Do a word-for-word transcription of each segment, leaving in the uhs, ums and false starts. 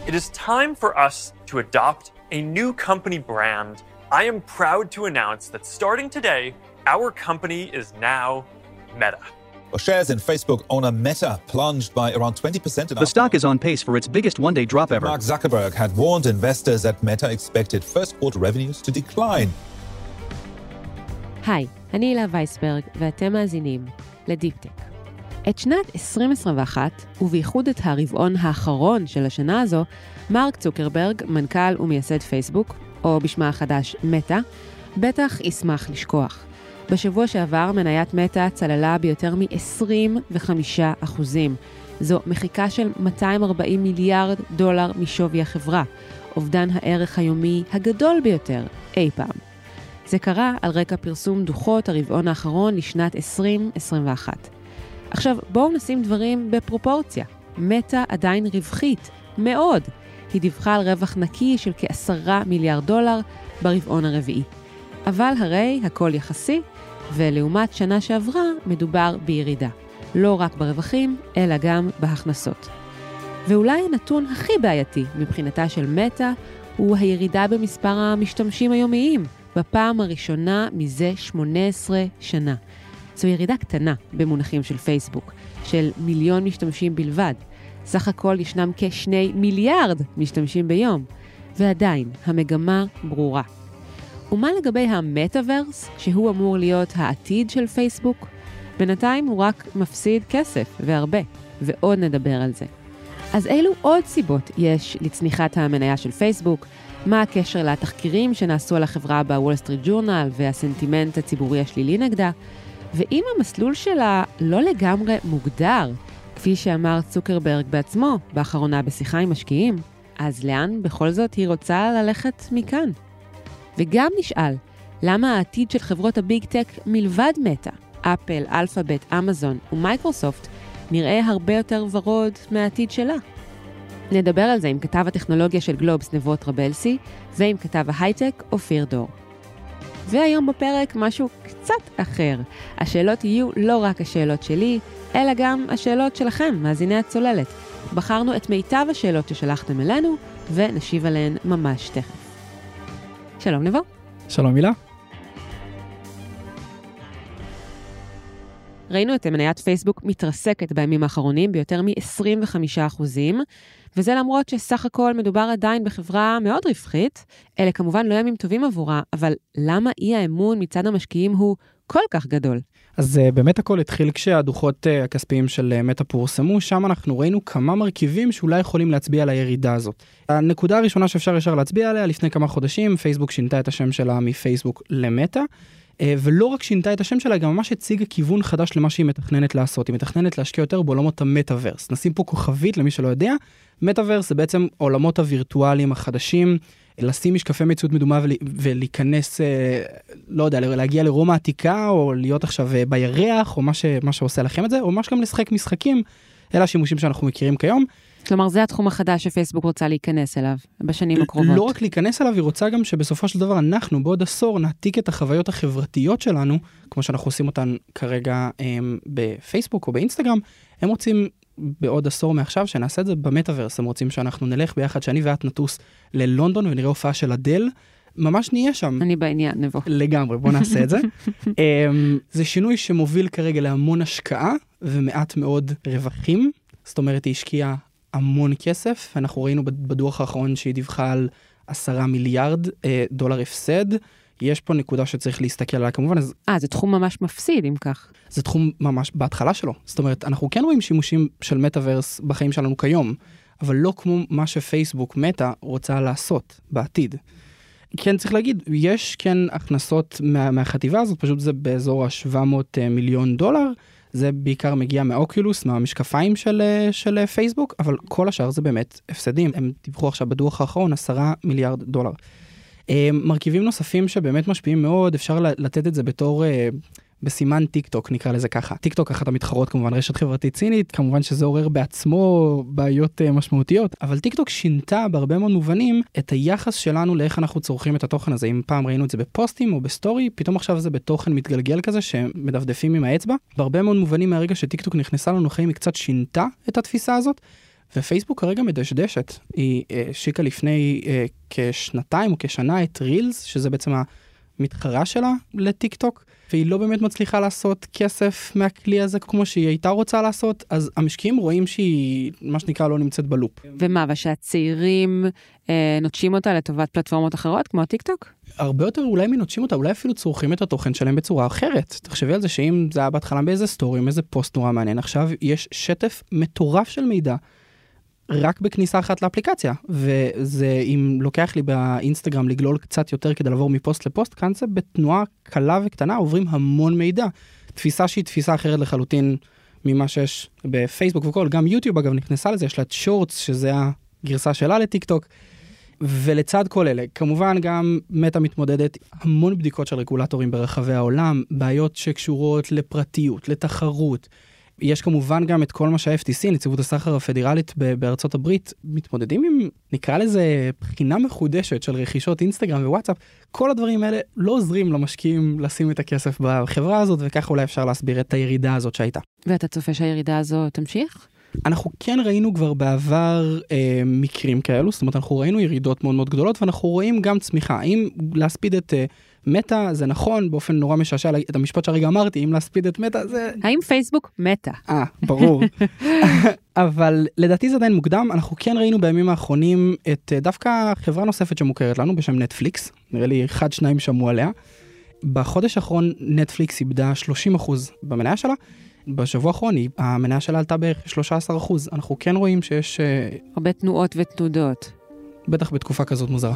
It is time for us to adopt a new company brand. I am proud to announce that starting today, our company is now Meta. Well, shares in Facebook owner Meta plunged by around twenty percent. The stock is on pace for its biggest one-day drop ever. Mark Zuckerberg had warned investors that Meta expected first-quarter revenues to decline. היי, אני הילה וייסברג, ואתם מאזינים לדיפ-טק. את שנת עשרים עשרים ואחת, ובייחוד את הרבעון האחרון של השנה הזו, מרק צוקרברג, מנכ"ל ומייסד פייסבוק, או בשמה החדש מטה, בטח ישמח לשכוח. בשבוע שעבר מניית מטה צללה ביותר מ-עשרים וחמישה אחוזים. זו מחיקה של מאתיים וארבעים מיליארד דולר משווי החברה, אובדן הערך היומי הגדול ביותר אי פעם. זה קרה על רקע פרסום דוחות הרבעון האחרון לשנת עשרים עשרים ואחת. עכשיו בואו נשים דברים בפרופורציה. מטה עדיין רווחית, מאוד. היא דיווחה על רווח נקי של כעשרה מיליארד דולר ברבעון הרביעי. אבל הרי הכל יחסי, ולעומת שנה שעברה מדובר בירידה. לא רק ברווחים, אלא גם בהכנסות. ואולי הנתון הכי בעייתי מבחינתה של מטה, הוא הירידה במספר המשתמשים היומיים, בפעם הראשונה מזה שמונה עשרה שנה. זו ירידה קטנה במונחים של פייסבוק, של מיליון משתמשים בלבד. סך הכל ישנם כשני מיליארד משתמשים ביום, ועדיין המגמה ברורה. ומה לגבי המטאברס, שהוא אמור להיות העתיד של פייסבוק? בינתיים הוא רק מפסיד כסף, והרבה, ועוד נדבר על זה. אז אילו עוד סיבות יש לצניחת המניה של פייסבוק? מה הקשר לתחקירים שנעשו על החברה בוול סטריט ג'ורנל והסנטימנט הציבורי השלילי נגדה? ואם המסלול שלה לא לגמרי מוגדר, כפי שאמר צוקרברג בעצמו באחרונה בשיחה עם משקיעים, אז לאן בכל זאת היא רוצה ללכת מכאן? וגם נשאל, למה העתיד של חברות הביג טק מלבד מטה, אפל, אלפאבית, אמזון ומייקרוסופט, נראה הרבה יותר ורוד מהעתיד שלה? נדבר על זה עם כתב הטכנולוגיה של גלובס נבות רבלסי, ועם כתב ההייטק אופיר דור. והיום בפרק משהו קצת אחר. השאלות יהיו לא רק השאלות שלי, אלא גם השאלות שלכם, מאזיני הצוללת. בחרנו את מיטב השאלות ששלחתם אלינו, ונשיב עליהן ממש תכף. שלום נבו. שלום מילה. ראינו את מניית פייסבוק מתרסקת בימים האחרונים ביותר מ-עשרים וחמישה אחוזים, וזה למרות שסך הכל מדובר עדיין בחברה מאוד רווחית. אלה כמובן לא ימים טובים עבורה, אבל למה אי האמון מצד המשקיעים הוא כל כך גדול? אז באמת הכל התחיל כשהדוחות הכספיים של מטה פורסמו, שם אנחנו ראינו כמה מרכיבים שאולי יכולים להצביע על הירידה הזאת. הנקודה הראשונה שאפשר ישר להצביע עליה, לפני כמה חודשים, פייסבוק שינתה את השם שלה מפייסבוק למטה, ולא רק שינתה את השם שלה, גם ממש הציגה כיוון חדש למה שהיא מתכננת לעשות. היא מתכננת להשקיע יותר בעולמות המטאברס. נשים פה כוכבית למי שלא יודע. מטאברס זה בעצם עולמות הווירטואליים החדשים, לשים משקפי מציאות מדומה ולהיכנס, לא יודע, להגיע לרומא העתיקה, או להיות עכשיו בירח, או מה, ש, מה שעושה לכם את זה, או ממש גם לשחק משחקים, אלה השימושים שאנחנו מכירים כיום. כלומר, זה התחום החדש שפייסבוק רוצה להיכנס אליו בשנים הקרובות. לא רק להיכנס אליו, היא רוצה גם שבסופו של דבר אנחנו בעוד עשור נעתיק את החוויות החברתיות שלנו, כמו שאנחנו עושים אותן כרגע הם, בפייסבוק או באינסטגרם, הם רוצים בעוד עשור מעכשיו שנעשה את זה במטאברס, הם רוצים שאנחנו נלך ביחד, שאני ואת נטוס ללונדון ונראה הופעה של אדל, ממש נהיה שם. אני בעניין, נבוא. לגמרי, בוא נעשה את זה. זה שינוי שמוביל כרגע להמון השקעה ומעט מאוד רווחים, זאת אומרת היא השקיעה המון כסף, אנחנו ראינו בדוח האחרון שהיא דיווחה על עשרה מיליארד דולר הפסד, יש פה נקודה שצריך להסתכל עליה כמובן. אה, זה תחום ממש מפסיד אם כך. זה תחום ממש בהתחלה שלו, זאת אומרת, אנחנו כן רואים שימושים של מטאברס בחיים שלנו כיום, אבל לא כמו מה שפייסבוק מטה רוצה לעשות בעתיד. כן צריך להגיד, יש כן הכנסות מה, מהחטיבה הזאת, פשוט זה באזור ה-שבע מאות מיליון דולר, זה בעיקר מגיע מהאוקולוס, מהמשקפיים של, של פייסבוק, אבל כל השאר זה באמת הפסדים. הם דיווחו עכשיו בדוח האחרון עשרה מיליארד דולר. מרכיבים נוספים שבאמת משפיעים מאוד, אפשר לתת את זה בתור, בסימן טיק טוק, נקרא לזה ככה. טיק טוק אחת המתחרות כמובן, רשת חברתית צינית, כמובן שזה עורר בעצמו בעיות משמעותיות, אבל טיק טוק שינתה בהרבה מאוד מובנים את היחס שלנו לאיך אנחנו צורכים את התוכן הזה. אם פעם ראינו את זה בפוסטים או בסטורי, פתאום עכשיו זה בתוכן מתגלגל כזה שמדפדפים עם האצבע. בהרבה מאוד מובנים מהרגע שטיק טוק נכנסה לנו חיים, היא קצת שינתה את התפיסה הזאת, ופייסבוק כרגע מדשדשת. היא השיקה לפני כשנתיים או כשנה את רילס, שזה בעצם המתחרה שלה לטיק טוק, והיא לא באמת מצליחה לעשות כסף מהכלי הזה כמו שהיא הייתה רוצה לעשות, אז המשקיעים רואים שהיא, מה שנקרא, לא נמצאת בלופ. ומה, ושהצעירים אה, נוטשים אותה לטובת פלטפורמות אחרות, כמו הטיק טוק? הרבה יותר אולי מנוטשים אותה, אולי אפילו צורכים את התוכן שלהם בצורה אחרת. תחשבי על זה שאם זה היה בהתחלה באיזה סטורי, איזה פוסט נורא מעניין, עכשיו יש שטף מטורף של מידע, רק בכניסה אחת לאפליקציה, וזה, אם לוקח לי באינסטגרם לגלול קצת יותר כדי לעבור מפוסט לפוסט, כאן זה בתנועה קלה וקטנה, עוברים המון מידע. תפיסה שהיא תפיסה אחרת לחלוטין ממה שיש בפייסבוק וכל, גם יוטיוב אגב נכנסה לזה, יש לה את שורטס, שזה הגרסה שלה לטיק טוק, ולצד כל אלה, כמובן גם מטה מתמודדת המון בדיקות של רגולטורים ברחבי העולם, בעיות שקשורות לפרטיות, לתחרות, יש כמובן גם את כל מה שה-אף טי סי, נציבות הסחר הפדרלית בארצות הברית, מתמודדים עם, נקרא לזה, בחינה מחודשת של רכישות אינסטגרם ווואטסאפ. כל הדברים האלה לא עוזרים למשקיעים לשים את הכסף בחברה הזאת, וכך אולי אפשר להסביר את הירידה הזאת שהייתה. ואתה צופה שהירידה הזאת תמשיך? אנחנו כן ראינו כבר בעבר אה, מקרים כאלו, זאת אומרת, אנחנו ראינו ירידות מאוד מאוד גדולות, ואנחנו רואים גם צמיחה. אם להספיד את אה, מטה, זה נכון, באופן נורא משעשע, את המשפט שהרגע אמרתי, אם להספיד את מטה, זה... האם פייסבוק מטה? אה, ברור. אבל לדעתי זה עדיין מוקדם, אנחנו כן ראינו בימים האחרונים את אה, דווקא חברה נוספת שמוכרת לנו, בשם נטפליקס, נראה לי אחד, שניים שמעו עליה. בחודש האחרון נטפליקס איבדה שלושים אחוז במניה שלה, בשבוע האחרון המניה שלה עלתה בערך שלושה עשר אחוז. אנחנו כן רואים שיש... הרבה תנועות ותנודות. בטח בתקופה כזאת מוזרה.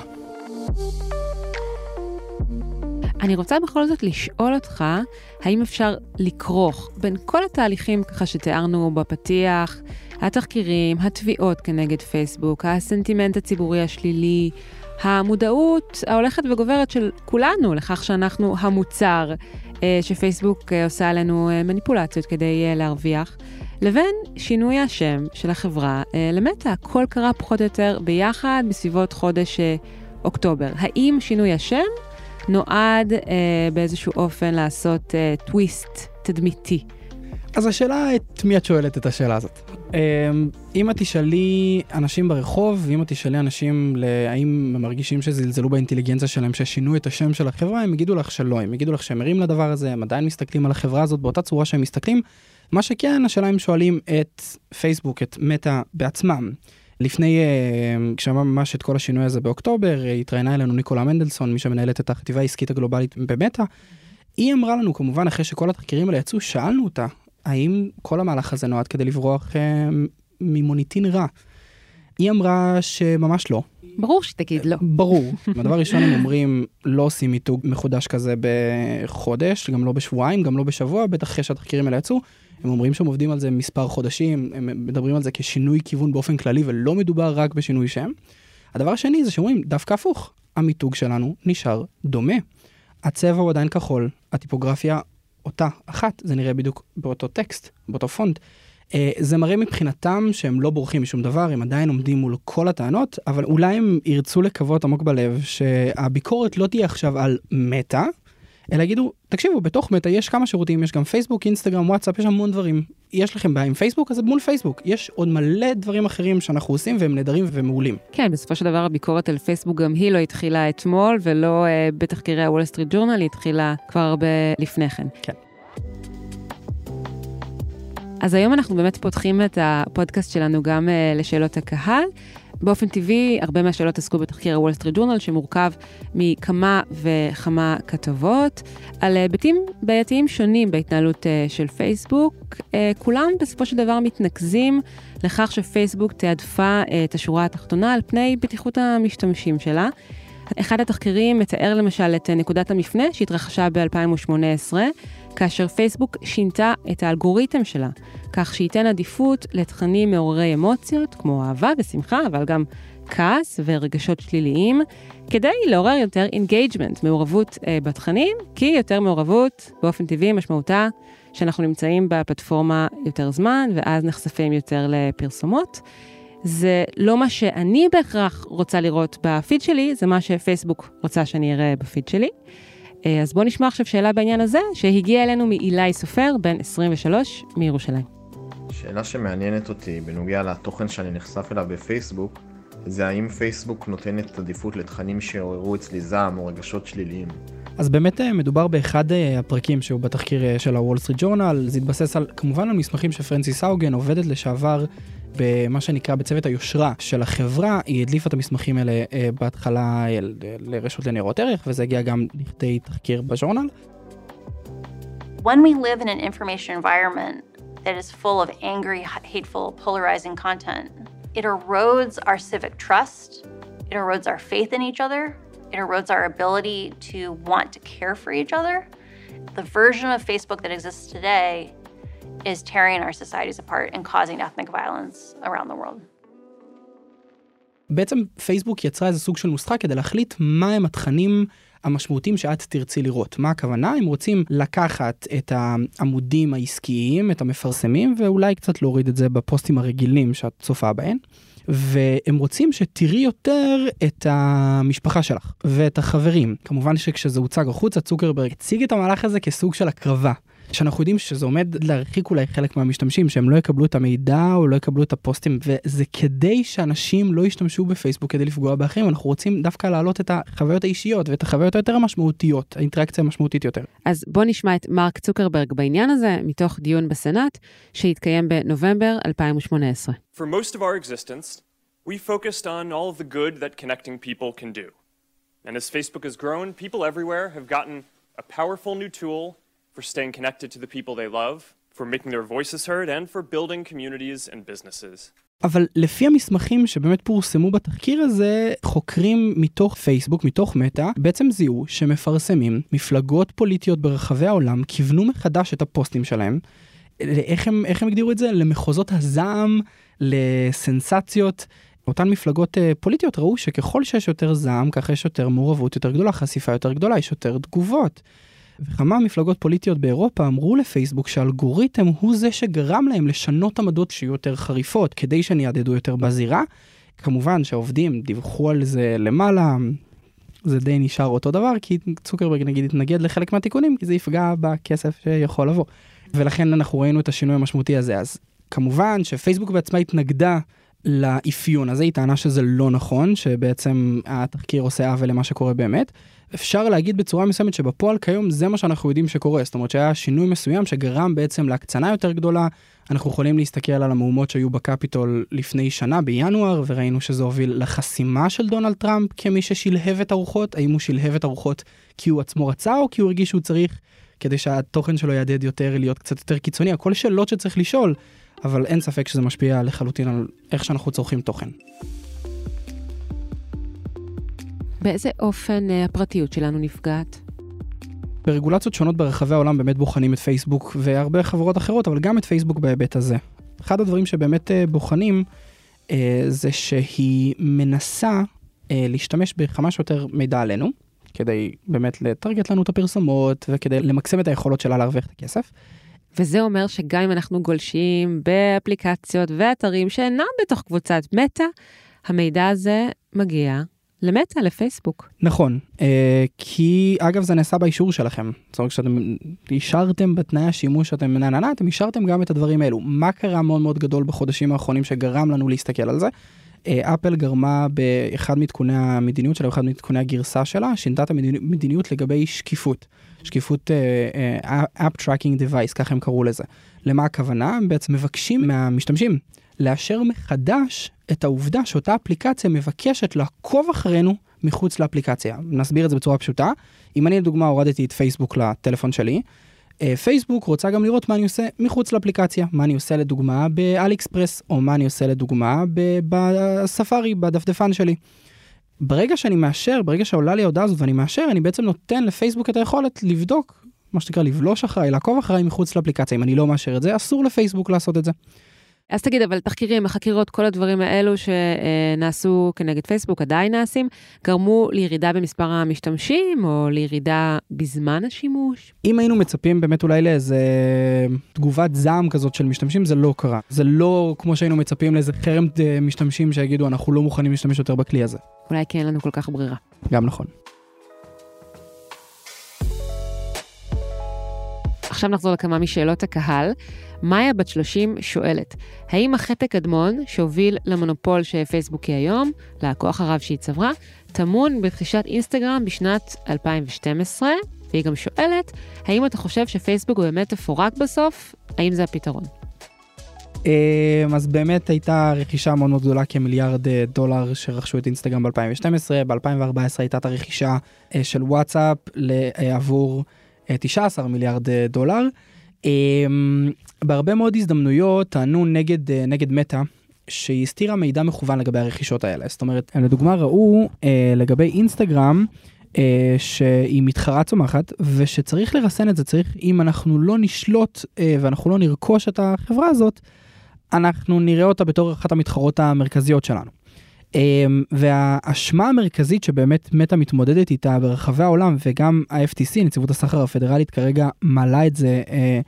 אני רוצה בכל זאת לשאול אותך, האם אפשר לקרוך בין כל התהליכים ככה שתיארנו בפתיח, התחקירים, התביעות כנגד פייסבוק, הסנטימנט הציבורי השלילי, המודעות ההולכת וגוברת של כולנו לכך שאנחנו המוצר, שפייסבוק עושה עלינו מניפולציות כדי להרוויח, לבין שינוי השם של החברה למטה. הכל קרה פחות או יותר ביחד בסביבות חודש אוקטובר. האם שינוי השם נועד באיזשהו אופן לעשות טוויסט תדמיתי? אז השאלה, את מי את שואלת את השאלה הזאת? אם את תשאלי אנשים ברחוב, אם את תשאלי אנשים האם הם מרגישים שזלזלו באינטליגנציה שלהם, ששינו את השם של החברה, הם יגידו לך שלא, הם יגידו לך שהם מרים לדבר הזה, הם עדיין מסתכלים על החברה הזאת באותה צורה שהם מסתכלים. מה שכן, השאלה הם שואלים את פייסבוק, את מטה בעצמם. לפני, כשאמר ממש את כל השינוי הזה באוקטובר, התראיינה אלינו ניקולה מנדלסון, מי שמנהלת את החטיבה העסקית הגלובלית במטה. היא אמרה לנו, כמובן, אחרי שכל התחקירים האלה יצאו, שאלנו אותה, האם כל המהלך הזה נועד כדי לברוח אה, ממוניטין רע? היא אמרה שממש לא. ברור שתגיד לא. ברור. הדבר ראשון הם אומרים, לא עושים מיתוג מחודש כזה בחודש, גם לא בשבועיים, גם לא בשבוע, בטח אחרי שהתחקירים האלה יצאו. הם אומרים שהם עובדים על זה מספר חודשים, הם מדברים על זה כשינוי כיוון באופן כללי, ולא מדובר רק בשינוי שם. הדבר השני זה שאומרים, דווקא הפוך, המיתוג שלנו נשאר דומה. הצבע הוא עדיין כחול, הטיפוגרפיה אותה אחת, זה נראה בדיוק באותו טקסט, באותו פונט. זה מראה מבחינתם שהם לא בורחים משום דבר, הם עדיין עומדים מול כל הטענות, אבל אולי הם ירצו לקוות עמוק בלב שהביקורת לא תהיה עכשיו על מטה, אלא יגידו, תקשיבו, בתוך מטה יש כמה שירותים, יש גם פייסבוק, אינסטגרם, וואטסאפ, יש המון דברים. יש לכם בעיה עם פייסבוק, אז זה מול פייסבוק. יש עוד מלא דברים אחרים שאנחנו עושים והם נהדרים ומעולים. כן, בסופו של דבר הביקורת על פייסבוק גם היא לא התחילה אתמול, ולא אה, בתחקירי הוול סטריט ג'ורנל, היא התחילה כבר הרבה לפני כן. כן. אז היום אנחנו באמת פותחים את הפודקאסט שלנו גם uh, לשאלות הקהל. באופן טבעי, הרבה מהשאלות עסקו בתחקיר הוול סטריט ג'ורנל, שמורכב מכמה וכמה כתבות, על היבטים בעייתיים שונים בהתנהלות uh, של פייסבוק. Uh, כולם בסופו של דבר מתנקזים לכך שפייסבוק תעדפה uh, את השורה התחתונה על פני בטיחות המשתמשים שלה. אחד התחקירים מתאר למשל את נקודת המפנה שהתרחשה ב-אלפיים שמונה עשרה, כאשר פייסבוק שינתה את האלגוריתם שלה, כך שייתן עדיפות לתכנים מעוררי אמוציות, כמו אהבה ושמחה, אבל גם כעס ורגשות שליליים, כדי לעורר יותר אינגייג'מנט, מעורבות אה, בתכנים, כי יותר מעורבות באופן טבעי משמעותה שאנחנו נמצאים בפלטפורמה יותר זמן, ואז נחשפים יותר לפרסומות. זה לא מה שאני בהכרח רוצה לראות בפיד שלי, זה מה שפייסבוק רוצה שאני אראה בפיד שלי. אז בואו נשמע עכשיו שאלה בעניין הזה, שהגיעה אלינו מאילי סופר, בן עשרים ושלוש, מירושלים. שאלה שמעניינת אותי בנוגע לתוכן שאני נחשף אליו בפייסבוק, זה האם פייסבוק נותנת עדיפות לתכנים שעוררו אצלי זעם או רגשות שליליים. אז באמת מדובר באחד הפרקים שהוא בתחקיר של הוול סטריט ג'ורנל, זה התבסס על, כמובן על מסמכים שפרנסיס האוגן, עובדת לשעבר במה שנקרא בצוות היושרה של החברה, היא הדליפה את המסמכים האלה בהתחלה לרשות לניירות ערך, וזה הגיע גם לכדי תחקיר בז'ורנל. When we live in an information environment that is full of angry, hateful, polarizing content, it erodes our civic trust, it erodes our faith in each other, it erodes our ability to want to care for each other. The version of Facebook that exists today is tearing our societies apart and causing ethnic violence around the world. בעצם פייסבוק יצרה איזה סוג של נוסחה כדי להחליט מה הם התכנים המשמעותיים שאת תרצי לראות. מה הכוונה? הם רוצים לקחת את העמודים העסקיים, את המפרסמים, ואולי קצת להוריד את זה בפוסטים הרגילים שאת צופה בהן. והם רוצים שתראי יותר את המשפחה שלך ואת החברים. כמובן שכשזה הוצג החוצה, צוקרברג הציג את המהלך הזה כסוג של הקרבה. שאנחנו יודעים שזה עומד להרחיק אולי חלק מהמשתמשים, שהם לא יקבלו את המידע או לא יקבלו את הפוסטים, וזה כדי שאנשים לא ישתמשו בפייסבוק כדי לפגוע באחרים. אנחנו רוצים דווקא להעלות את החוויות האישיות ואת החוויות היותר המשמעותיות, האינטראקציה המשמעותית יותר. אז בוא נשמע את מרק צוקרברג בעניין הזה, מתוך דיון בסנאט, שהתקיים בנובמבר אלפיים ושמונה עשרה. For most of our existence, we focused on all of the good that connecting people can do. And as Facebook has grown, people everywhere have gotten a powerful new tool for staying connected to the people they love, for making their voices heard, and for building communities and businesses. אבל לפי המסמכים שבאמת פורסמו בתחקיר הזה, חוקרים מתוך פייסבוק, מתוך מטא, בעצם זיהו שמפרסמים מפלגות פוליטיות ברחבי העולם, כיוונו מחדש את הפוסטים שלהם. איך הם, איך הם הגדירו את זה? למחוזות הזעם, לסנסציות. אותן מפלגות פוליטיות ראו שככל שיש יותר זעם, ככה יש יותר מעורבות יותר גדולה, חשיפה יותר גדולה, יש יותר תגובות. וכמה מפלגות פוליטיות באירופה אמרו לפייסבוק שהאלגוריתם הוא זה שגרם להם לשנות עמדות שיהיו יותר חריפות, כדי שאני יעדדו יותר בזירה. כמובן שהעובדים דיווחו על זה למעלה, זה די נשאר אותו דבר, כי צוקרברג נגיד התנגד לחלק מהתיקונים, כי זה יפגע בכסף שיכול לבוא. ולכן אנחנו ראינו את השינוי המשמעותי הזה. אז כמובן שפייסבוק בעצמה התנגדה לאפיון הזה, היא טענה שזה לא נכון, שבעצם התחקיר עושה עוול למה שקורה באמת. אפשר להגיד בצורה מסוימת שבפועל כיום זה מה שאנחנו יודעים שקורה, זאת אומרת שהיה שינוי מסוים שגרם בעצם להקצנה יותר גדולה. אנחנו יכולים להסתכל על המהומות שהיו בקפיטול לפני שנה בינואר, וראינו שזה הוביל לחסימה של דונלד טראמפ כמי ששלהב את הרוחות. האם הוא שלהב את הרוחות כי הוא עצמו רצה, או כי הוא הרגיש שהוא צריך, כדי שהתוכן שלו יעדד יותר, להיות קצת יותר קיצוני? הכל שאלות שצריך לשאול, אבל אין ספק שזה משפיע לחלוטין על איך שאנחנו צורכים תוכן. באיזה אופן הפרטיות שלנו נפגעת? ברגולציות שונות ברחבי העולם באמת בוחנים את פייסבוק והרבה חברות אחרות, אבל גם את פייסבוק בהיבט הזה. אחד הדברים שבאמת בוחנים זה שהיא מנסה להשתמש בכמה שיותר מידע עלינו, כדי באמת לטרגט לנו את הפרסומות וכדי למקסם את היכולות שלה להרוויח את הכסף. וזה אומר שגם אם אנחנו גולשים באפליקציות ואתרים שאינם בתוך קבוצת מטא, המידע הזה מגיע למטא, לפייסבוק. נכון, כי אגב זה נעשה באישור שלכם. זאת אומרת, כשאתם אישרתם בתנאי השימוש שאתם מנעננה, אתם אישרתם גם את הדברים האלו. מה קרה מאוד מאוד גדול בחודשים האחרונים שגרם לנו להסתכל על זה? אפל גרמה באחד מתקוני המדיניות שלה, באחד מתקוני הגרסה שלה, שינתה את המדיניות לגבי שקיפות. שקיפות App Tracking Device, ככה הם קראו לזה. למה הכוונה? הם בעצם מבקשים מהמשתמשים לאשר מחדש את העובדה שאותה אפליקציה מבקשת לעקוב אחרינו מחוץ לאפליקציה. נסביר את זה בצורה פשוטה. אם אני לדוגמה הורדתי את פייסבוק לטלפון שלי, פייסבוק רוצה גם לראות מה אני עושה מחוץ לאפליקציה. מה אני עושה לדוגמה באלי אקספרס, או מה אני עושה לדוגמה בספארי, בדפדפן שלי. ברגע שאני מאשר, ברגע שעולה לי ההודעה הזאת ואני מאשר, אני בעצם נותן לפייסבוק את היכולת לבדוק, מה שתקרא לבלוש אחריי, לעקוב אחריי מחוץ לאפליקציה. אם אני לא מאשר את זה, אסור לפייסבוק לעשות את זה. אז תגיד, אבל תחקירים, החקירות, כל הדברים האלו שנעשו כנגד פייסבוק, עדיין נעשים, גרמו לירידה במספר המשתמשים, או לירידה בזמן השימוש? אם היינו מצפים באמת אולי לאיזה תגובת זעם כזאת של משתמשים, זה לא קרה. זה לא כמו שהיינו מצפים לאיזה חרם משתמשים שיגידו, אנחנו לא מוכנים להשתמש יותר בכלי הזה. אולי כי אין לנו כל כך ברירה. גם נכון. ועכשיו נחזור לכמה משאלות הקהל. מאיה בת שלושים שואלת, האם החטא הקדמון שהוביל למונופול שפייסבוק היא היום, לכוח הרב שהיא צברה, טמון ברכישת אינסטגרם בשנת אלפיים ושתים עשרה? והיא גם שואלת, האם אתה חושב שפייסבוק הוא באמת תפורק בסוף? האם זה הפתרון? אז באמת הייתה רכישה מאוד מאוד גדולה כמיליארד דולר שרכשו את אינסטגרם ב-אלפיים ושתים עשרה, ב-אלפיים וארבע עשרה הייתה את הרכישה של וואטסאפ עבור תשעה עשר מיליארד דולר. בהרבה מאוד הזדמנויות טענו נגד, נגד מטה שהיא הסתירה מידע מכוון לגבי הרכישות האלה. זאת אומרת, לדוגמה ראו לגבי אינסטגרם שהיא מתחרה צומחת ושצריך לרסן את זה, צריך אם אנחנו לא נשלוט ואנחנו לא נרכוש את החברה הזאת, אנחנו נראה אותה בתור אחת המתחרות המרכזיות שלנו. והאשמה המרכזית שבאמת מטה מתמודדת איתה ברחבי העולם, וגם ה-אף טי סי, נציבות הסחר הפדרלית, כרגע מעלה את זה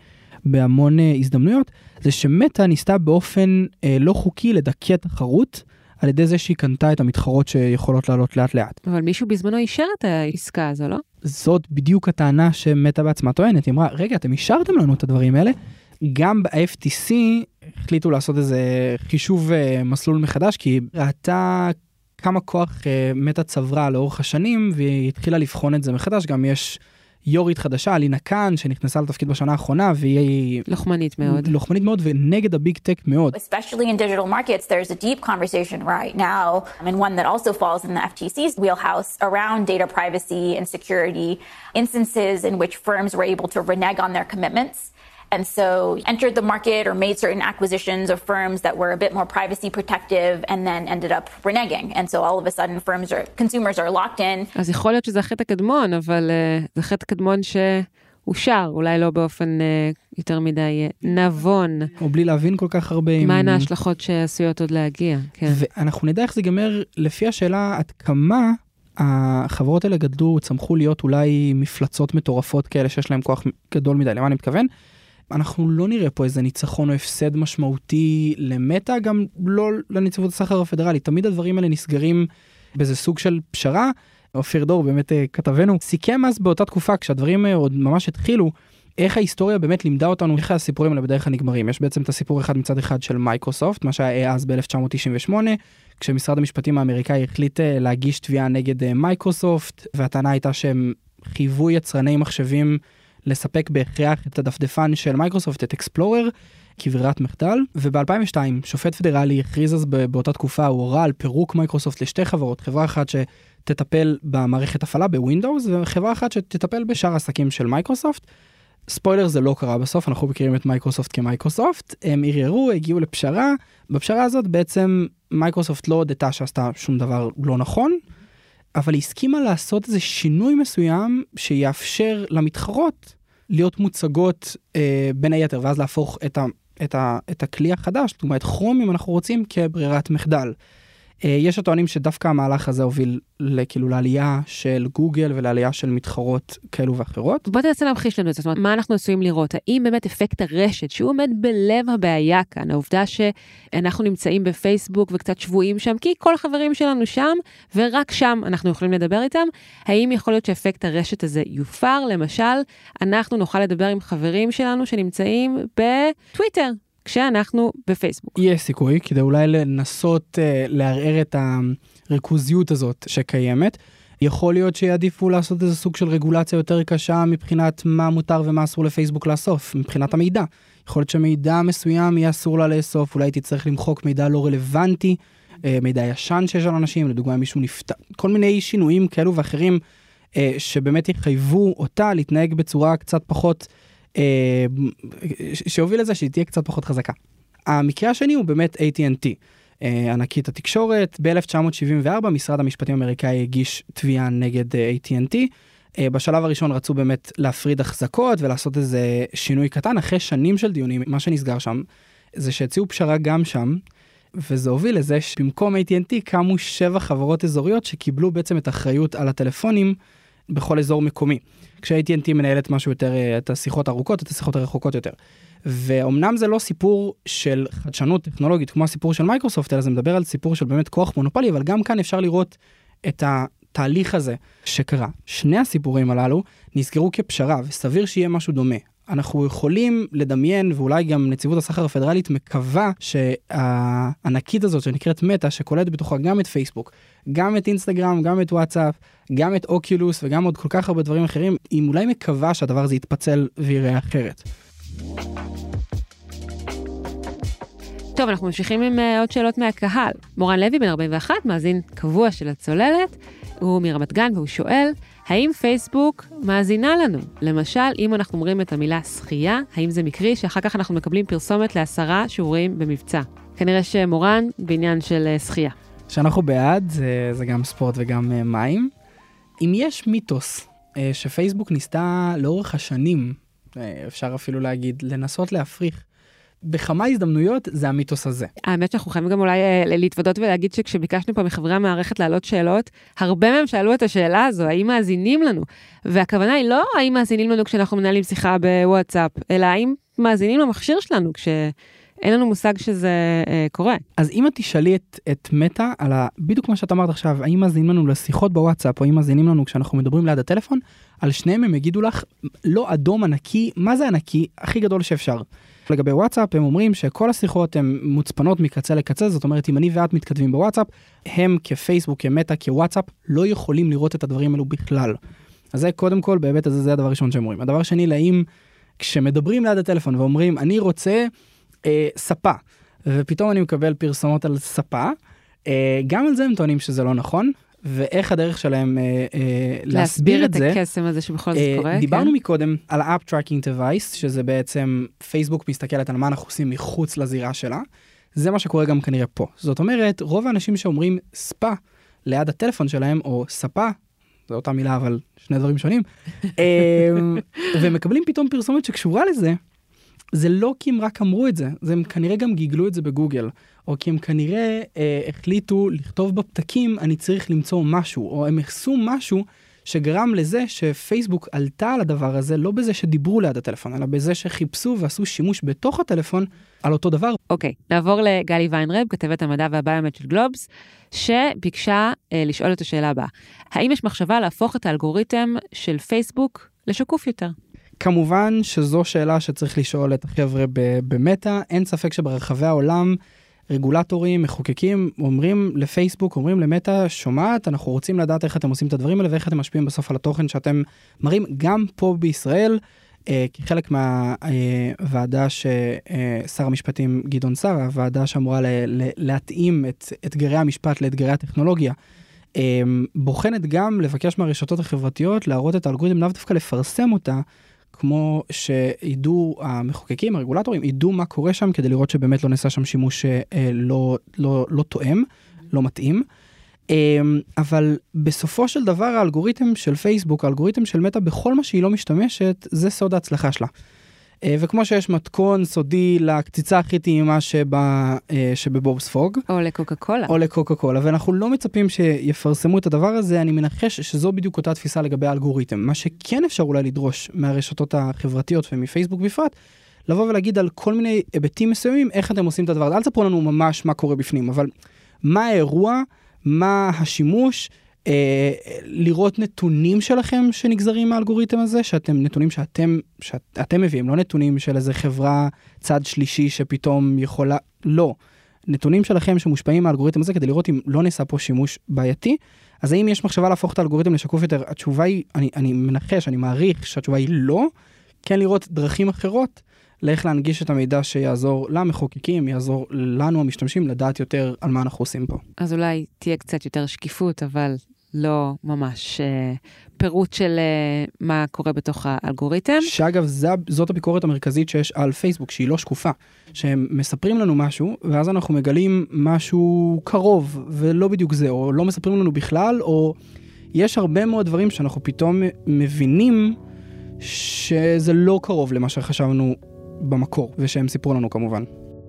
בהמון הזדמנויות, זה שמטה ניסתה באופן לא חוקי לדכא תחרות, על ידי זה שהיא קנתה את המתחרות שיכולות לעלות לאט לאט. אבל מישהו בזמנו אישר את העסקה הזו, לא? זאת בדיוק הטענה שמטה בעצמה טוענת. היא אמרה, רגע, אתם אישרתם לנו את הדברים האלה, גם ב-אף טי סי החליטו לעשות איזה חישוב מסלול מחדש, כי היא ראתה כמה כוח מטה צברה לאורך השנים, והיא התחילה לבחון את זה מחדש. גם יש יורית חדשה, אלינה קאן, שנכנסה לתפקיד בשנה האחרונה, והיא לוחמנית מאוד. לוחמנית מאוד, ונגד הביג טק מאוד. Especially in digital markets, there's a deep conversation right now, and one that also falls in the F T C's wheelhouse, around data privacy and security, instances in which firms were able to renege on their commitments. And so entered the market or made certain acquisitions of firms that were a bit more privacy protective and then ended up reneging. And so all of a sudden firms or consumers are locked in. אז יכול להיות שזה החטא הקדמון, אבל uh, זה חטא הקדמון שאושר, אולי לא באופן uh, יותר מדי נבון. או בלי להבין כל כך הרבה. מהן ההשלכות שעשויות עוד להגיע. כן. ואנחנו נדע איך זה ייגמר לפי השאלה עד כמה החברות האלה גדלו, צמחו להיות אולי מפלצות מטורפות כאלה שיש להם כוח גדול מדי. למה אני מתכוון? אנחנו לא נראה פה איזה ניצחון או הפסד משמעותי למטה, גם לא לנציבות הסחר הפדרלי. תמיד הדברים האלה נסגרים באיזה סוג של פשרה. אופיר דור, באמת כתבנו, סיכם אז באותה תקופה, כשהדברים עוד ממש התחילו, איך ההיסטוריה באמת לימדה אותנו, איך הסיפורים האלה בדרך הנגמרים. יש בעצם את הסיפור אחד מצד אחד של מייקרוסופט, מה שהיה אז ב-אלף תשע מאות תשעים ושמונה, כשמשרד המשפטים האמריקאי החליט להגיש תביעה נגד מייקרוסופט, והטענה הייתה שהם חייבו יצרני מחשבים לספק בהכרח את הדפדפן של מייקרוסופט, את אקספלורר, כברירת מחדל, וב-אלפיים ושתיים שופט פדרלי הכריז אז באותה תקופה, הוא הורה על פירוק מייקרוסופט לשתי חברות, חברה אחת שתטפל במערכת הפעלה בווינדאוס, וחברה אחת שתטפל בשאר העסקים של מייקרוסופט. ספוילר, זה לא קרה בסוף, אנחנו מכירים את מייקרוסופט כמייקרוסופט, הם ערערו, הגיעו לפשרה, בפשרה הזאת בעצם מייקרוסופט לא הודתה שעשתה שום דבר לא נכון, אבל היא הסכימה לעשות איזה שינוי מסוים שיאפשר למתחרות להיות מוצגות אה, בין היתר, ואז להפוך את, ה, את, ה, את הכלי החדש, זאת אומרת, כרום אם אנחנו רוצים כברירת מחדל. אה, יש הטוענים שדווקא המהלך הזה הוביל לכאילו לעלייה של גוגל ולעלייה של מתחרות כאלו ואחרות. בוא תנסה להמחיש לנו את זה, זאת אומרת, מה אנחנו עשויים לראות? האם באמת אפקט הרשת, שהוא עומד בלב הבעיה כאן, העובדה שאנחנו נמצאים בפייסבוק וקצת שבועים שם, כי כל החברים שלנו שם, ורק שם אנחנו יכולים לדבר איתם, האם יכול להיות שאפקט הרשת הזה יופר? למשל, אנחנו נוכל לדבר עם חברים שלנו שנמצאים בטוויטר, כשאנחנו בפייסבוק. יש סיכוי, כדי אולי לנסות uh, לערער את הריכוזיות הזאת שקיימת. יכול להיות שיעדיפו לעשות איזה סוג של רגולציה יותר קשה מבחינת מה מותר ומה אסור לפייסבוק לאסוף, מבחינת המידע. יכול להיות שמידע מסוים יהיה אסור לה לאסוף, אולי תצטרך למחוק מידע לא רלוונטי, uh, מידע ישן שיש על אנשים, לדוגמה מישהו נפטר, כל מיני שינויים כאלו ואחרים, uh, שבאמת יחייבו אותה להתנהג בצורה קצת פחות שהוביל לזה שהיא תהיה קצת פחות חזקה. המקרה השני הוא באמת איי טי אנד טי, ענקית התקשורת. ב-אלף תשע מאות שבעים וארבע משרד המשפטים האמריקאי הגיש תביעה נגד איי טי אנד טי. בשלב הראשון רצו באמת להפריד החזקות ולעשות איזה שינוי קטן. אחרי שנים של דיונים, מה שנסגר שם זה שהציעו פשרה גם שם, וזה הוביל לזה שבמקום איי טי אנד טי קמו שבע חברות אזוריות שקיבלו בעצם את האחריות על הטלפונים בכל אזור מקומי. כש-איי טי אנד טי מנהלת משהו יותר, את השיחות הארוכות, את השיחות הרחוקות יותר. ואומנם זה לא סיפור של חדשנות טכנולוגית כמו הסיפור של מייקרוסופט, אלא זה מדבר על סיפור של באמת כוח מונופולי, אבל גם כאן אפשר לראות את התהליך הזה שקרה. שני הסיפורים הללו נסגרו כפשרה, וסביר שיהיה משהו דומה. אנחנו יכולים לדמיין, ואולי גם נציבות הסחר הפדרלית מקווה שהענקית הזאת שנקראת מטה, שכוללת בתוכה גם את פייסבוק, גם את אינסטגרם, גם את וואטסאפ, גם את אוקיולוס וגם עוד כל כך הרבה דברים אחרים, היא אולי מקווה שהדבר הזה יתפצל ויראה אחרת. טוב, אנחנו ממשיכים עם uh, עוד שאלות מהקהל. מורן לוי, בן ארבעים ואחת, מאזין קבוע של הצוללת, הוא מרמת גן והוא שואל, האם פייסבוק מאזינה לנו? למשל, אם אנחנו אומרים את המילה שחייה, האם זה מקרי שאחר כך אנחנו מקבלים פרסומת לעשרה שיעורים במבצע? כנראה שמורן בעניין של uh, שחייה. שאנחנו בעד, זה, זה גם ספורט וגם uh, מים. אם יש מיתוס uh, שפייסבוק ניסתה לאורך השנים, uh, אפשר אפילו להגיד, לנסות להפריך, בכמה הזדמנויות זה המיתוס הזה. האמת שאנחנו חייבים גם אולי להתוודות ולהגיד שכשביקשנו פה מחברי המערכת להעלות שאלות, הרבה מהם שאלו את השאלה הזו, האם מאזינים לנו? והכוונה היא לא האם מאזינים לנו כשאנחנו מנהלים שיחה בוואטסאפ, אלא האם מאזינים למכשיר שלנו כשאין לנו מושג שזה אה, קורה. אז אם את תשאלי את, את מטה על ה... בדיוק מה שאת אמרת עכשיו, האם מאזינים לנו לשיחות בוואטסאפ, או האם מאזינים לנו כשאנחנו מדברים ליד הטלפון, על שניהם הם יגידו לך, לא אדום ענקי, מה זה ענקי? הכי גדול שאפשר. לגבי וואטסאפ, הם אומרים שכל השיחות הן מוצפנות מקצה לקצה, זאת אומרת, אם אני ואת מתכתבים בוואטסאפ, הם כפייסבוק, כמטה, כוואטסאפ, לא יכולים לראות את הדברים האלו בכלל. אז זה קודם כל, בהיבט הזה, זה הדבר הראשון שהם אומרים. הדבר שני, לאם כשמדברים ליד הטלפון ואומרים, אני רוצה אה, ספה, ופתאום אני מקבל פרסומות על ספה, אה, גם על זה הם טוענים שזה לא נכון, ואיך הדרך שלהם אה, אה, להסביר את זה. להסביר את הקסם הזה שבכל זאת אה, קורה. דיברנו כן? מקודם על ה-App Tracking Device, שזה בעצם פייסבוק מסתכלת על מה אנחנו עושים מחוץ לזירה שלה. זה מה שקורה גם כנראה פה. זאת אומרת, רוב האנשים שאומרים ספה ליד הטלפון שלהם, או ספה, זו אותה מילה אבל שני דברים שונים, אה, ומקבלים פתאום פרסומת שקשורה לזה, זה לא כי הם רק אמרו את זה, זה הם כנראה גם גיגלו את זה בגוגל, או כי הם כנראה אה, החליטו לכתוב בפתקים, אני צריך למצוא משהו, או הם עשו משהו שגרם לזה שפייסבוק עלתה על הדבר הזה, לא בזה שדיברו ליד הטלפון, אלא בזה שחיפשו ועשו שימוש בתוך הטלפון על אותו דבר. אוקיי, okay, נעבור לגלי ויינרב, כתבת המדע והביומט של גלובס, שביקשה אה, לשאול את השאלה הבאה. האם יש מחשבה להפוך את האלגוריתם של פייסבוק לשקוף יותר? כמובן שזו שאלה שצריך לשאול את החבר'ה במטה, אין ספק שברחבי העולם רגולטורים, מחוקקים, אומרים לפייסבוק, אומרים למטה, שומעת, אנחנו רוצים לדעת איך אתם עושים את הדברים האלה, ואיך אתם משפיעים בסוף על התוכן שאתם מראים גם פה בישראל, אה, כחלק מהוועדה ששר המשפטים גדעון סער, הוועדה שאמורה ל- ל- להתאים את אתגרי המשפט לאתגרי הטכנולוגיה, אה, בוחנת גם לבקש מהרשתות החברתיות, להראות את האלגוריתם, לאו דווקא לפרסם אותה, כמו שידעו המחוקקים, הרגולטורים, ידעו מה קורה שם, כדי לראות שבאמת לא נעשה שם שימוש לא, לא, לא תואם, לא מתאים. אבל בסופו של דבר, האלגוריתם של פייסבוק, האלגוריתם של מטה, בכל מה שהיא לא משתמשת, זה סוד ההצלחה שלה. וכמו שיש מתכון סודי לקציצה הכי טעימה שבבובספוג. או לקוקה קולה. או לקוקה קולה, ואנחנו לא מצפים שיפרסמו את הדבר הזה, אני מנחש שזו בדיוק אותה תפיסה לגבי האלגוריתם. מה שכן אפשר אולי לדרוש מהרשתות החברתיות ומפייסבוק בפרט, לבוא ולהגיד על כל מיני היבטים מסוימים, איך אתם עושים את הדבר הזה. אל תספרו לנו ממש מה קורה בפנים, אבל מה האירוע, מה השימוש, אה, לראות נתונים שלכם שנגזרים מהאלגוריתם הזה, שאתם, נתונים שאתם, שאתם מביאים, לא נתונים של איזה חברה צד שלישי שפתאום יכולה, לא. נתונים שלכם שמושפעים מהאלגוריתם הזה, כדי לראות אם לא נעשה פה שימוש בעייתי. אז האם יש מחשבה להפוך את האלגוריתם לשקוף יותר? התשובה היא, אני, אני מנחש, אני מעריך שהתשובה היא לא. כן לראות דרכים אחרות, לאיך להנגיש את המידע שיעזור למחוקקים, יעזור לנו המשתמשים לדעת יותר על מה אנחנו עושים פה. אז אולי תהיה קצת יותר שקיפות, אבל לא ממש אה, פירוט של אה, מה קורה בתוך האלגוריתם. שאגב, זאת הביקורת המרכזית שיש על פייסבוק, שהיא לא שקופה. שהם מספרים לנו משהו, ואז אנחנו מגלים משהו קרוב, ולא בדיוק זה, או לא מספרים לנו בכלל, או יש הרבה מאוד דברים שאנחנו פתאום מבינים שזה לא קרוב למה שחשבנו במקור, ושהם סיפרו לנו כמובן.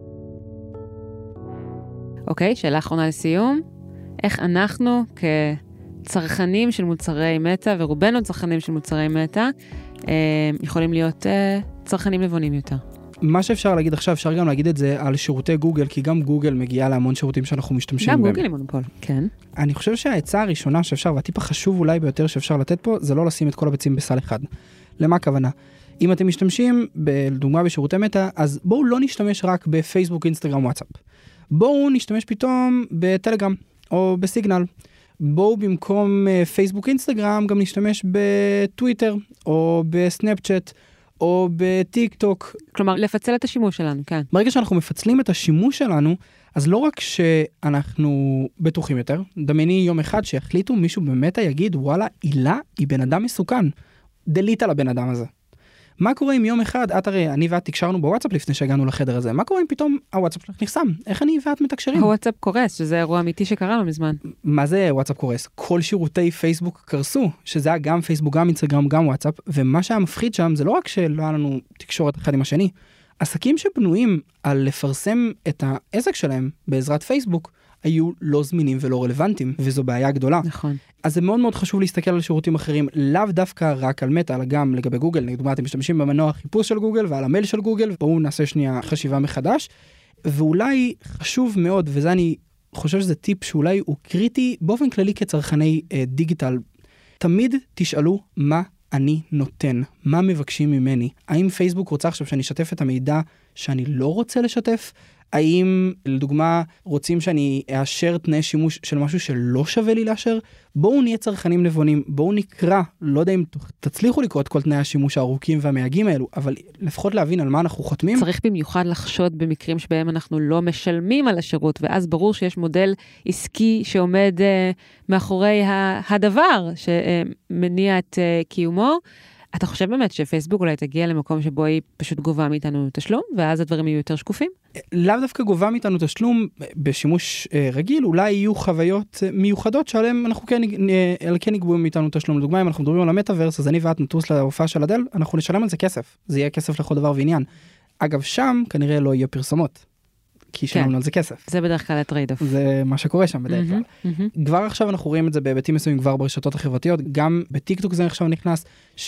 אוקיי, שאלה אחרונה לסיום. איך אנחנו כצרכנים של מוצרי מטא, ורובנו צרכנים של מוצרי מטא, יכולים להיות צרכנים לבונים יותר? מה שאפשר להגיד עכשיו, אפשר גם להגיד את זה על שירותי גוגל, כי גם גוגל מגיעה להמון שירותים שאנחנו משתמשים גם בהם. גם גוגל היא מונופול, כן. אני חושב שההצעה הראשונה שאפשר, והטיפ החשוב אולי ביותר שאפשר לתת פה, זה לא לשים את כל הביצים בסל אחד. למה הכוונה? אם אתם משתמשים, לדוגמה בשירותי מטא, אז בואו לא נשתמש רק בפייסבוק, אינסטגרם, וואטסאפ. בואו נשתמש פתאום בטלגרם או בסיגנל. בואו במקום פייסבוק, אינסטגרם, גם נשתמש בטוויטר או בסנאפצ'אט או בטיק טוק. כלומר, לפצל את השימוש שלנו, כן. ברגע שאנחנו מפצלים את השימוש שלנו, אז לא רק שאנחנו בטוחים יותר, דמייני יום אחד שהחליטו מישהו באמת יגיד, וואלה, אילה היא בן אדם מסוכן. דליט על הבן אדם הזה. מה קורה אם יום אחד, את הרי, אני ואת תקשרנו בוואטסאפ לפני שהגענו לחדר הזה, מה קורה אם פתאום הוואטסאפ שלך נחסם? איך אני ואת מתקשרים? הוואטסאפ קורס, שזה אירוע אמיתי שקרה לו מזמן. מה זה וואטסאפ קורס? כל שירותי פייסבוק קרסו, שזה היה גם פייסבוק, גם אינסטגרם, גם וואטסאפ, ומה שהיה מפחיד שם זה לא רק שלא היה לנו תקשורת אחד עם השני, עסקים שבנויים על לפרסם את העסק שלהם בעזרת פייסבוק, היו לא זמינים ולא רלוונטיים, וזו בעיה גדולה. נכון. אז זה מאוד מאוד חשוב להסתכל על שירותים אחרים, לאו דווקא רק על מטא, אלא גם לגבי גוגל. לדוגמה, אתם משתמשים במנוע חיפוש של גוגל ועל המייל של גוגל, בואו נעשה שנייה חשיבה מחדש. ואולי חשוב מאוד, וזה אני חושב שזה טיפ שאולי הוא קריטי, באופן כללי כצרכני אה, דיגיטל, תמיד תשאלו מה אני נותן, מה מבקשים ממני. האם פייסבוק רוצה עכשיו שאני אשתף את המידע שאני לא רוצה לשתף? האם, לדוגמה, רוצים שאני אאשר תנאי שימוש של משהו שלא שווה לי לאשר? בואו נהיה צרכנים נבונים, בואו נקרא, לא יודע אם תצליחו לקרוא את כל תנאי השימוש הארוכים והמייגעים האלו, אבל לפחות להבין על מה אנחנו חותמים. צריך במיוחד לחשוד במקרים שבהם אנחנו לא משלמים על השירות, ואז ברור שיש מודל עסקי שעומד uh, מאחורי הדבר שמניע את uh, קיומו. אתה חושב באמת שפייסבוק אולי תגיע למקום שבו היא פשוט גובה מאיתנו תשלום, ואז הדברים יהיו יותר שקופים? לאו דווקא גובה מאיתנו תשלום, בשימוש רגיל, אולי יהיו חוויות מיוחדות שעליהם אנחנו כן, כן יגבו מאיתנו תשלום. לדוגמה, אם אנחנו מדברים על המטאברס, אז אני ואת נטוס להופעה של אדל, אנחנו נשלם על זה כסף. זה יהיה כסף לכל דבר ועניין. אגב, שם כנראה לא יהיה פרסומות. כי שלנו על זה כסף. זה בדרך כלל הטרייד-אוף. זה מה שקורה שם בדרך כלל. כבר עכשיו אנחנו רואים את זה בהיבטים מסוימים כבר ברשתות החברתיות, גם בטיק-טוק זה עכשיו נכנס,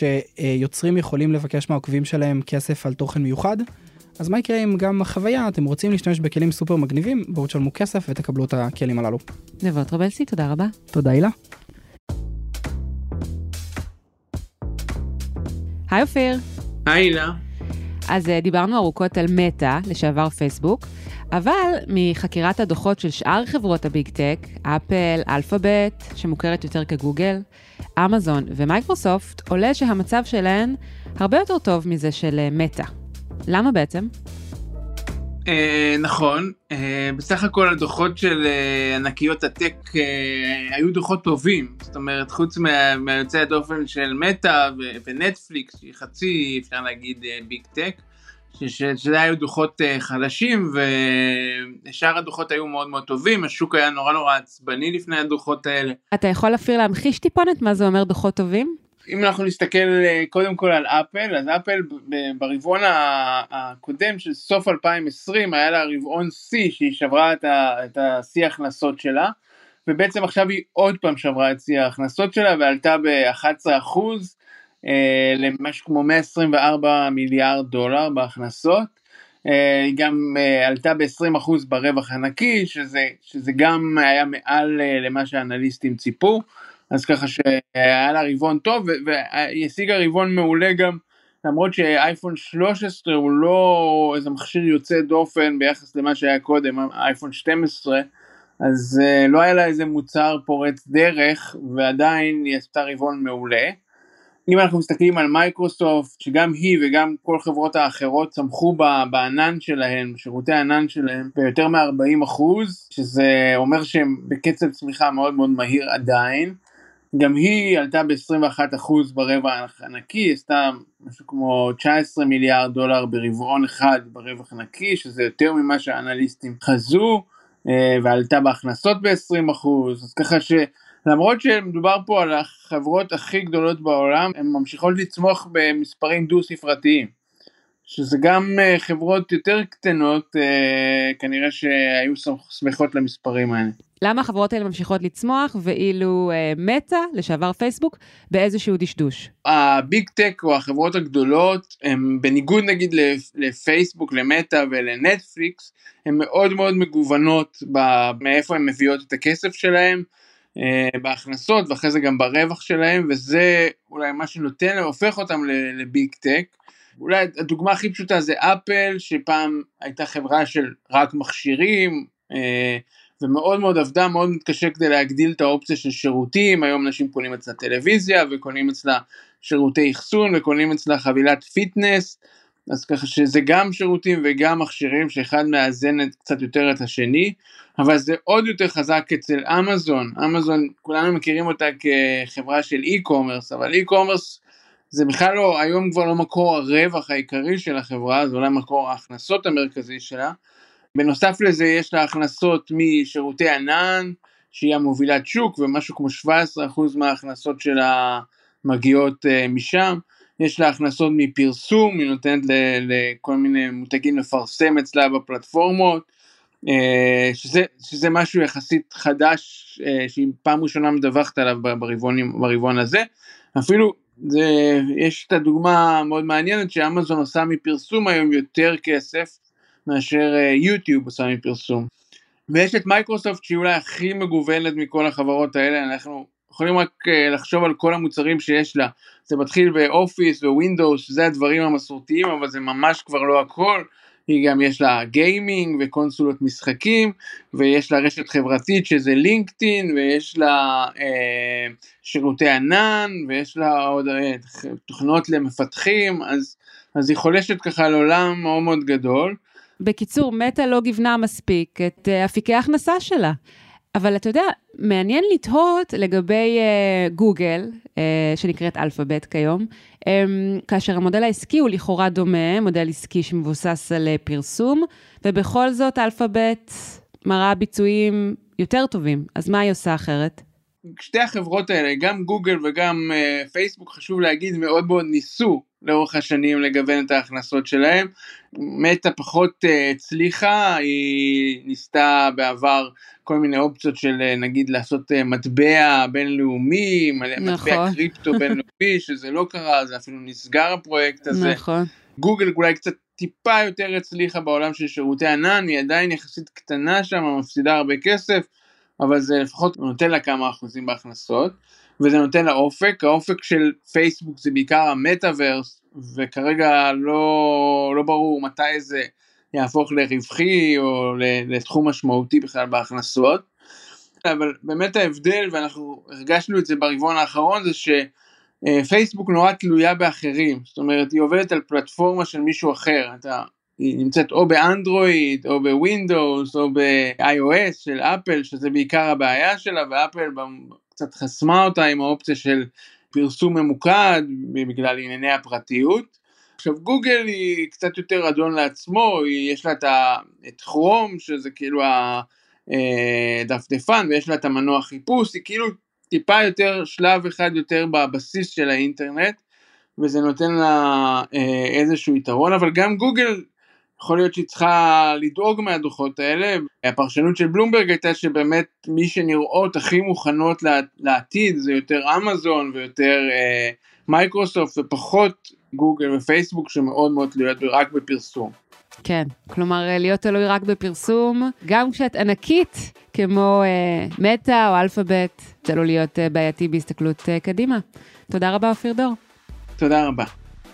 שיוצרים יכולים לבקש מהעוקבים שלהם כסף על תוכן מיוחד, אז מה יקרה אם גם החוויה, אתם רוצים להשתמש בכלים סופר מגניבים, בואו תשלמו כסף ותקבלו את הכלים הללו. נבות רבלסי, תודה רבה. תודה הילה. היי אופיר. היי הילה. אז דיברנו ארוכות על מטא, לשעבר פייסבוק, אבל מחקירת הדוחות של שאר חברות הביג טק, אפל, אלפאבית, שמוכרת יותר כגוגל, אמזון ומייקרוסופט, עולה שהמצב שלהן הרבה יותר טוב מזה של מטא. למה בעצם? אה, נכון, אה, בסך הכל הדוחות של אה, ענקיות הטק אה, היו דוחות טובים, זאת אומרת חוץ מה, מהיוצא הדופן של מטא ו- ונטפליקס, שהיא חצי אפשר להגיד אה, ביג טק, שזה היו דוחות uh, חדשים, ושאר הדוחות היו מאוד מאוד טובים, השוק היה נורא נורא עצבני לפני הדוחות האלה. אתה יכול אפילו להמחיש טיפונת מה זה אומר דוחות טובים? אם אנחנו נסתכל uh, קודם כל על אפל, אז אפל ברבעון הקודם של סוף אלפיים עשרים, היה לה רבעון C, שהיא שברה את, ה, את השיא ההכנסות שלה, ובעצם עכשיו היא עוד פעם שברה את שיא ההכנסות שלה, ועלתה ב-אחד עשר אחוז, למשהו כמו מאה עשרים וארבעה מיליארד דולר בהכנסות, היא גם עלתה ב-עשרים אחוז ברווח הנקי, שזה, שזה גם היה מעל למה שהאנליסטים ציפו, אז ככה שהיה לה רבעון טוב, והיא השיגה רבעון מעולה גם, למרות שאייפון שלוש עשרה הוא לא איזה מכשיר יוצא דופן ביחס למה שהיה קודם, אייפון שתים עשרה, אז לא היה לה איזה מוצר פורץ דרך, ועדיין היא עשתה רבעון מעולה. אם אנחנו מסתכלים על מייקרוסופט, שגם היא וגם כל חברות האחרות צמחו בענן שלהם, שירותי הענן שלהם, ביותר מ-ארבעים אחוז, שזה אומר שהם בקצב צמיחה מאוד מאוד מהיר עדיין, גם היא עלתה ב-עשרים ואחד אחוז ברווח הנקי, עשתה משהו כמו תשע עשרה מיליארד דולר ברבעון אחד ברווח הנקי, שזה יותר ממה שהאנליסטים חזו, ועלתה בהכנסות ב-עשרים אחוז, אז ככה ש... למרות שמדובר פה על החברות הכי גדולות בעולם, הן ממשיכות לצמוח במספרים דו ספרתיים, שזה גם חברות יותר קטנות, כנראה שהיו שמחות למספרים האלה. למה החברות האלה ממשיכות לצמוח, ואילו מטא, לשעבר פייסבוק, באיזשהו דשדוש? הביג טק או החברות הגדולות, הם בניגוד נגיד לפייסבוק, למטא ולנטפליקס, הן מאוד מאוד מגוונות מאיפה הן מביאות את הכסף שלהם, בהכנסות, ואחרי זה גם ברווח שלהם, וזה אולי מה שנותן, הופך אותם לביג טק. אולי הדוגמה הכי פשוטה זה אפל, שפעם הייתה חברה של רק מכשירים, ומאוד מאוד עבדה, מאוד מתקשה כדי להגדיל את האופציה של שירותים. היום אנשים קונים אצלה טלוויזיה, וקונים אצלה שירותי אחסון, וקונים אצלה חבילת פיטנס, אז ככה שזה גם שירותים וגם מכשירים, שאחד מאזן קצת יותר את השני, אבל זה עוד יותר חזק אצל אמזון. אמזון, כולנו מכירים אותה כחברה של אי-קומרס, אבל אי-קומרס זה בכלל לא, היום כבר לא מקור הרווח העיקרי של החברה, זה אולי מקור ההכנסות המרכזי שלה. בנוסף לזה יש לה הכנסות משירותי ענן, שהיא המובילת שוק, ומשהו כמו שבע עשרה אחוז מההכנסות שלה מגיעות uh, משם. יש לה הכנסות מפרסום, היא נותנת לכל מיני מותגים לפרסם אצלה בפלטפורמות, שזה, שזה משהו יחסית חדש, שהיא פעם ראשונה מדווחת עליו ברבעון, ברבעון הזה. אפילו זה, יש את הדוגמה מאוד מעניינת, שאמזון עושה מפרסום היום יותר כסף, מאשר יוטיוב עושה מפרסום. ויש את מייקרוסופט, שהיא אולי הכי מגוונת מכל החברות האלה, אנחנו יכולים רק לחשוב על כל המוצרים שיש לה. זה מתחיל באופיס ווינדוס, זה הדברים המסורתיים, אבל זה ממש כבר לא הכל. היא גם יש לה גיימינג וקונסולות משחקים, ויש לה רשת חברתית שזה לינקדאין, ויש לה אה, שירותי ענן, ויש לה עוד אה, תוכנות למפתחים, אז, אז היא חולשת ככה לעולם מאוד מאוד גדול. בקיצור, מטה לא גיוונה מספיק את uh, אפיקי ההכנסה שלה. אבל אתה יודע, מעניין לתהות לגבי uh, גוגל, uh, שנקראת אלפאבית כיום, um, כאשר המודל העסקי הוא לכאורה דומה, מודל עסקי שמבוסס על uh, פרסום, ובכל זאת אלפאבית מראה ביצועים יותר טובים. אז מה היא עושה אחרת? שתי החברות האלה, גם גוגל וגם uh, פייסבוק, חשוב להגיד, מאוד מאוד ניסו לאורך השנים לגוון את ההכנסות שלהם. מטה פחות uh, הצליחה, היא ניסתה בעבר כל מיני אופציות של uh, נגיד לעשות uh, מטבע בינלאומי, נכון. מטבע קריפטו בינלאומי, שזה לא קרה, זה אפילו נסגר הפרויקט הזה. נכון. גוגל אולי קצת טיפה יותר הצליחה בעולם של שירותי ענן, היא עדיין יחסית קטנה שם, מפסידה הרבה כסף, אבל זה לפחות נותן לה כמה אחוזים בהכנסות, וזה נותן לה אופק. האופק של פייסבוק זה בעיקר המטאברס, וכרגע לא, לא ברור מתי זה יהפוך לרווחי, או לתחום משמעותי בכלל בהכנסות, אבל באמת ההבדל, ואנחנו הרגשנו את זה ברבעון האחרון, זה שפייסבוק נורא תלויה באחרים, זאת אומרת, היא עובדת על פלטפורמה של מישהו אחר, אתה... היא נמצאת או באנדרואיד, או בווינדוס, או ב-iOS של אפל, שזה בעיקר הבעיה שלה, ואפל קצת חסמה אותה עם האופציה של פרסום ממוקד, בגלל ענייני הפרטיות. עכשיו גוגל היא קצת יותר אדון לעצמו, יש לה את כרום, שזה כאילו הדפדפן, ויש לה את המנוע חיפוש, היא כאילו טיפה יותר, שלב אחד יותר בבסיס של האינטרנט, וזה נותן לה איזשהו יתרון, אבל גם גוגל, יכול להיות שהיא צריכה לדאוג מהדוחות האלה. הפרשנות של בלומברג הייתה שבאמת מי שנראות הכי מוכנות לעתיד זה יותר אמזון ויותר אה, מייקרוסופט, ופחות גוגל ופייסבוק שמאוד מאוד תלויות רק בפרסום. כן, כלומר להיות תלוי רק בפרסום, גם כשאת ענקית כמו אה, מטה או אלפאבית, זה לא להיות אה, בעייתי בהסתכלות אה, קדימה. תודה רבה אופיר דור. תודה רבה.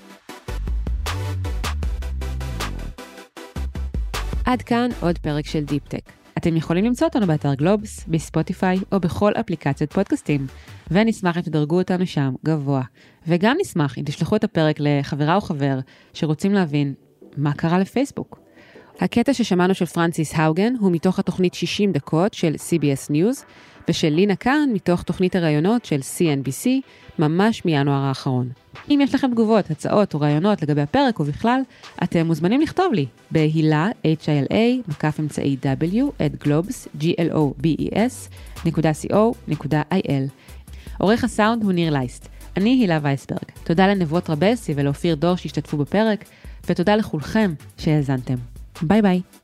עד כאן עוד פרק של דיפ-טק. אתם יכולים למצוא אותנו באתר גלובס, בספוטיפיי או בכל אפליקציות פודקאסטים, ונשמח אם תדרגו אותנו שם גבוה. וגם נשמח אם תשלחו את הפרק לחברה או חבר שרוצים להבין מה קרה לפייסבוק. הקטע ששמענו של פרנסיס האוגן הוא מתוך התוכנית שישים דקות של סי בי אס News, ושל לינה כאן מתוך תוכנית הרעיונות של סי אן בי סי, ממש מינואר האחרון. אם יש לכם תגובות, הצעות או רעיונות לגבי הפרק ובכלל, אתם מוזמנים לכתוב לי בהילה, H-I-L-A, מקף אמצעי W, at globes, G-L-O-B-E-S, נקודה co, נקודה I-L. עורך הסאונד הוא ניר לייסט. אני הילה וייסברג. תודה לנבות רבסי ולאופיר דור שהשתתפו בפרק, ותודה לכולכם שהאזנתם. ביי ביי.